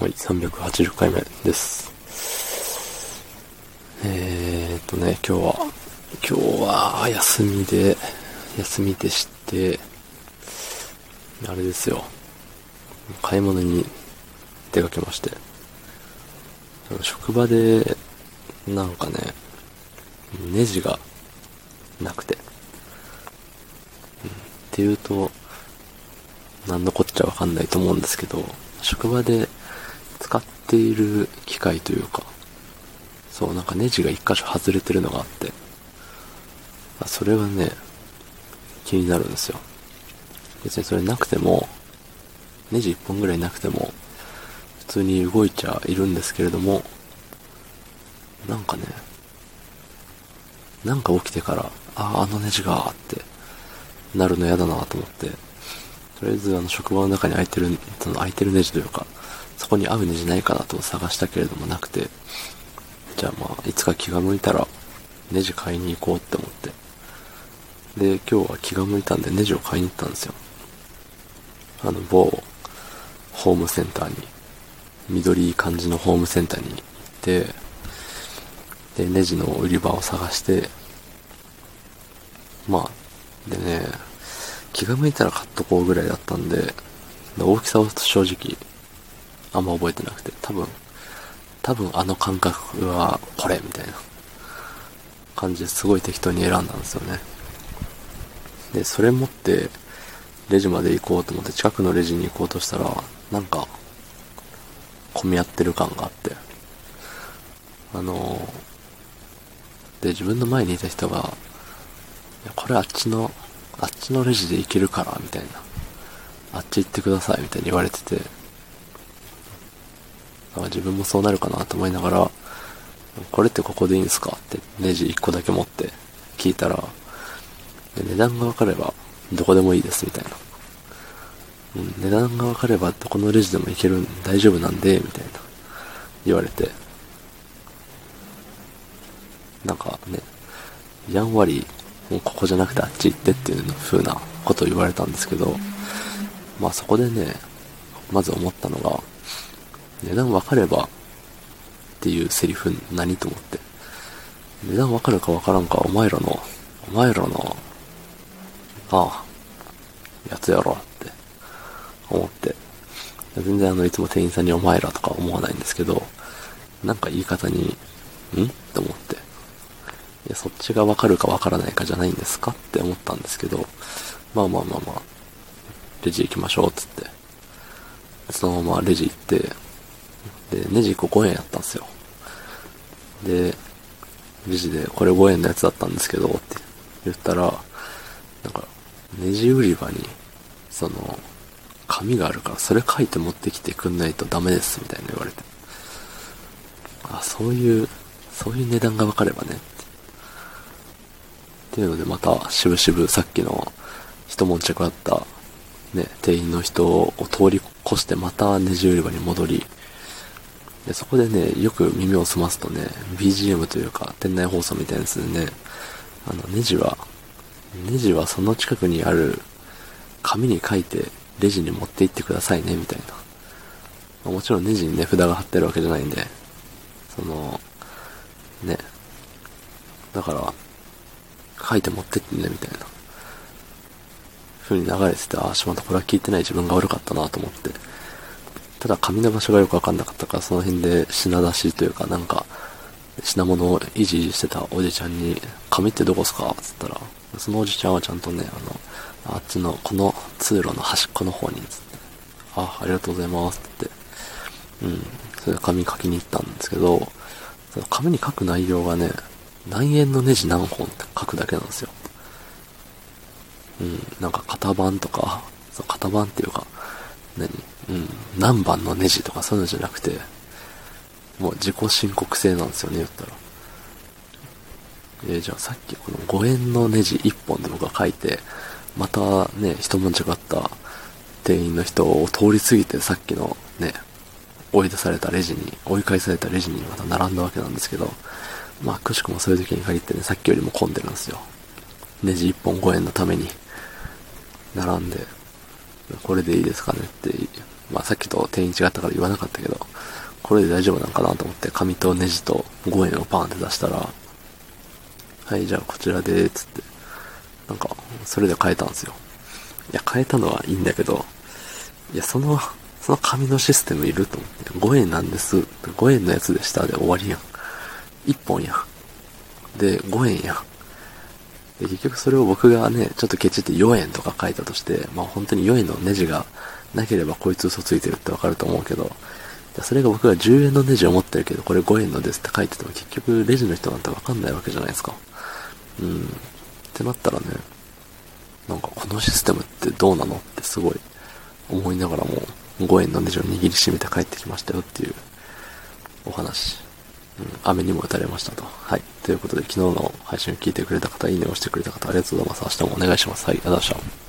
はい、380回目です。今日は休みでして、あれですよ、買い物に出かけまして、職場で、なんかね、ネジがなくて、っていうと、何のこっちゃわかんないと思うんですけど、職場で使っている機械というか、そう、なんかネジが一箇所外れてるのがあって、それがね、気になるんですよ。別にそれなくても、ネジ一本ぐらいなくても、普通に動いちゃいるんですけれども、なんかね、なんか起きてから、あのネジがってなるの嫌だなと思って、とりあえず職場の中に空いてるネジというか、そこに合うネジないかなと探したけれどもなくて、じゃあいつか気が向いたらネジ買いに行こうって思って。で、今日は気が向いたんでネジを買いに行ったんですよ。某ホームセンターに、緑い感じのホームセンターに行って、で、ネジの売り場を探して、でね、気が向いたら買っとこうぐらいだったんで、大きさを正直、あんま覚えてなくて、多分あの感覚はこれみたいな感じですごい適当に選んだんですよね。で、それ持ってレジまで行こうと思って近くのレジに行こうとしたら、なんか混み合ってる感があって、で、自分の前にいた人が、いや、これあっちのレジで行けるからみたいな、あっち行ってくださいみたいに言われてて、自分もそうなるかなと思いながら、これってここでいいんですかってネジ1個だけ持って聞いたら、値段が分かればどこでもいいですみたいな、値段が分かればどこのレジでも行ける大丈夫なんでみたいな言われて、なんかね、やんわりもうここじゃなくてあっち行ってっていう風なことを言われたんですけど、そこでね、まず思ったのが、値段分かればっていうセリフ何と思って、値段分かるか分からんかお前らのやつやろって思って、全然いつも店員さんにお前らとか思わないんですけど、なんか言い方にと思って、いや、そっちが分かるか分からないかじゃないんですかって思ったんですけど、レジ行きましょうっつって、そのままレジ行って、で、ネジ1個5円やったんですよ。で、レジでこれ5円のやつだったんですけどって言ったら、なんか、ネジ売り場に、紙があるからそれ書いて持ってきてくんないとダメですみたいな言われて。そういう値段が分かればねっていうので、またしぶしぶさっきの一悶着あったね、店員の人を通り越してまたネジ売り場に戻り、で、そこでね、よく耳を澄ますとね、BGM というか店内放送みたいなやつでね、ネジはその近くにある紙に書いてレジに持って行ってくださいねみたいな。もちろんネジに値札が貼ってるわけじゃないんで、だから書いて持ってってねみたいな風に流れてて、しまった、これは聞いてない自分が悪かったなと思って、ただ紙の場所がよくわかんなかったから、その辺で品出しというか、なんか品物をいじいじしてたおじちゃんに、紙ってどこっすかっつったら、そのおじちゃんはちゃんとね、あっちのこの通路の端っこの方につって、ありがとうございますって言って、それで紙書きに行ったんですけど、その紙に書く内容がね、何円のネジ何本って書くだけなんですよ。なんか型番とか、型番っていうか、何番のネジとかそういうのじゃなくて、もう自己申告制なんですよね、言ったら。じゃあさっきこの5円のネジ1本で僕が書いて、またね、一文字があった店員の人を通り過ぎて、さっきのね、追い返されたレジにまた並んだわけなんですけど、くしくもそういう時に限ってね、さっきよりも混んでるんですよ。ネジ1本5円のために並んで、これでいいですかねって、さっきと店員違ったから言わなかったけど、 これで大丈夫なんかなと思って紙とネジと5円をパンって出したら、はい、じゃあこちらで、つって、なんか、それで買えたんですよ。いや、買えたのはいいんだけど、いや、その紙のシステムいると思って、5円なんです。5円のやつでしたで終わりやん。1本やん。で、5円やん。で、結局それを僕がね、ちょっとケチって4円とか書いたとして、まあ本当に4円のネジがなければこいつ嘘ついてるってわかると思うけど、それが僕が10円のネジを持ってるけど、これ5円のですって書いてても結局レジの人なんてわかんないわけじゃないですか。ってなったらね、なんかこのシステムってどうなのってすごい思いながらも5円のネジを握りしめて帰ってきましたよっていうお話。雨にも打たれましたと。はい。ということで昨日の配信を聞いてくれた方、いいねを押してくれた方ありがとうございます。明日もお願いします。はい。ありがとうございました。